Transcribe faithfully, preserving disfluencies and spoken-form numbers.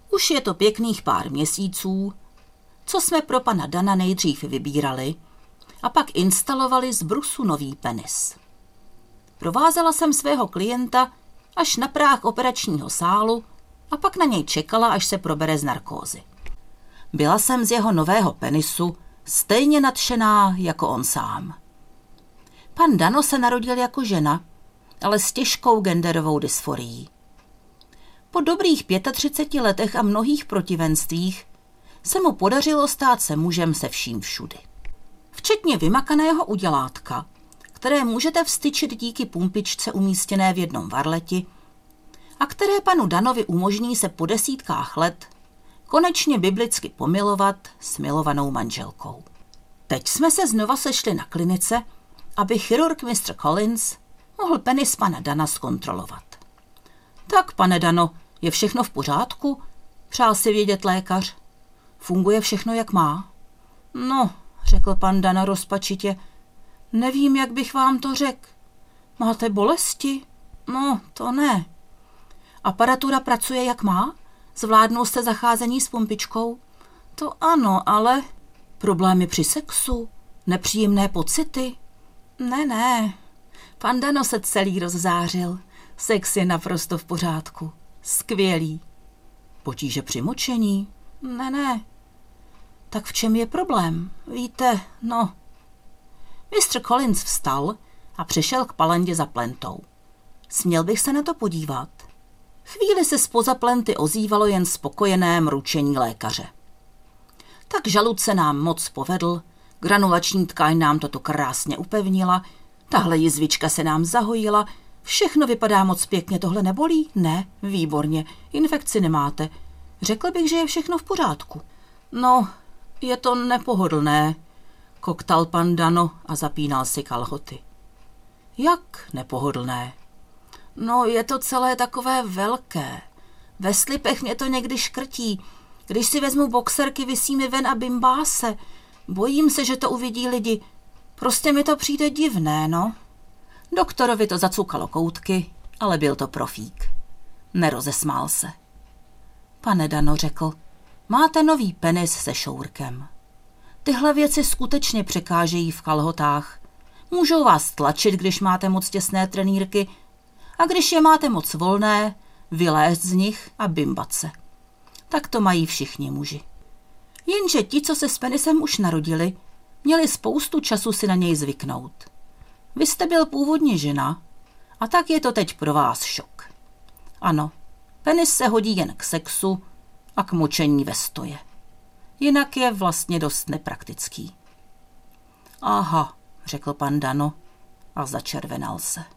Už je to pěkných pár měsíců, co jsme pro pana Dana nejdřív vybírali a pak instalovali z brusu nový penis. Provázela jsem svého klienta až na práh operačního sálu a pak na něj čekala, až se probere z narkózy. Byla jsem z jeho nového penisu stejně nadšená jako on sám. Pan Dano se narodil jako žena, ale s těžkou genderovou dysforií. Po dobrých třiceti pěti letech a mnohých protivenstvích se mu podařilo stát se mužem se vším všudy. Včetně vymakaného udělátka, které můžete vstyčit díky pumpičce umístěné v jednom varleti a které panu Danovi umožní se po desítkách let konečně biblicky pomilovat s milovanou manželkou. Teď jsme se znova sešli na klinice, aby chirurg mistr Collins mohl penis pana Dana zkontrolovat. Tak, pane Dano, je všechno v pořádku? Přál si vědět lékař. Funguje všechno, jak má? No, řekl pan Dana rozpačitě, nevím, jak bych vám to řekl. Máte bolesti? No, to ne. Aparatura pracuje, jak má? Zvládnou jste zacházení s pumpičkou? To ano, ale problémy při sexu? Nepříjemné pocity? Ne, ne. Pan Dano se celý rozzářil. Sex je naprosto v pořádku. Skvělý. Potíže při močení? Ne, ne. Tak v čem je problém? Víte, no. mistr Collins vstal a přešel k palandě za plentou. Směl bych se na to podívat? Chvíli se zpoza plenty ozývalo jen spokojené mručení lékaře. Tak žalud se nám moc povedl, granulační tkáň nám toto krásně upevnila, tahle jizvička se nám zahojila, všechno vypadá moc pěkně, tohle nebolí? Ne, výborně, infekci nemáte. Řekl bych, že je všechno v pořádku. No, je to nepohodlné, koktal pan Dano a zapínal si kalhoty. Jak nepohodlné? No, je to celé takové velké. Ve slipech mě to někdy škrtí. Když si vezmu boxerky, visí mi ven a bimbá se. Bojím se, že to uvidí lidi. Prostě mi to přijde divné, no. Doktorovi to zacukalo koutky, ale byl to profík. Nerozesmál se. Pane Dano, řekl, máte nový penis se šourkem. Tyhle věci skutečně překážejí v kalhotách. Můžou vás tlačit, když máte moc těsné trenýrky, a když je máte moc volné, vylézt z nich a bimbat se. Tak to mají všichni muži. Jenže ti, co se s penisem už narodili, měli spoustu času si na něj zvyknout. Vy jste byl původně žena a tak je to teď pro vás šok. Ano, penis se hodí jen k sexu a k močení ve stoje. Jinak je vlastně dost nepraktický. Aha, řekl pan Dano a začervenal se.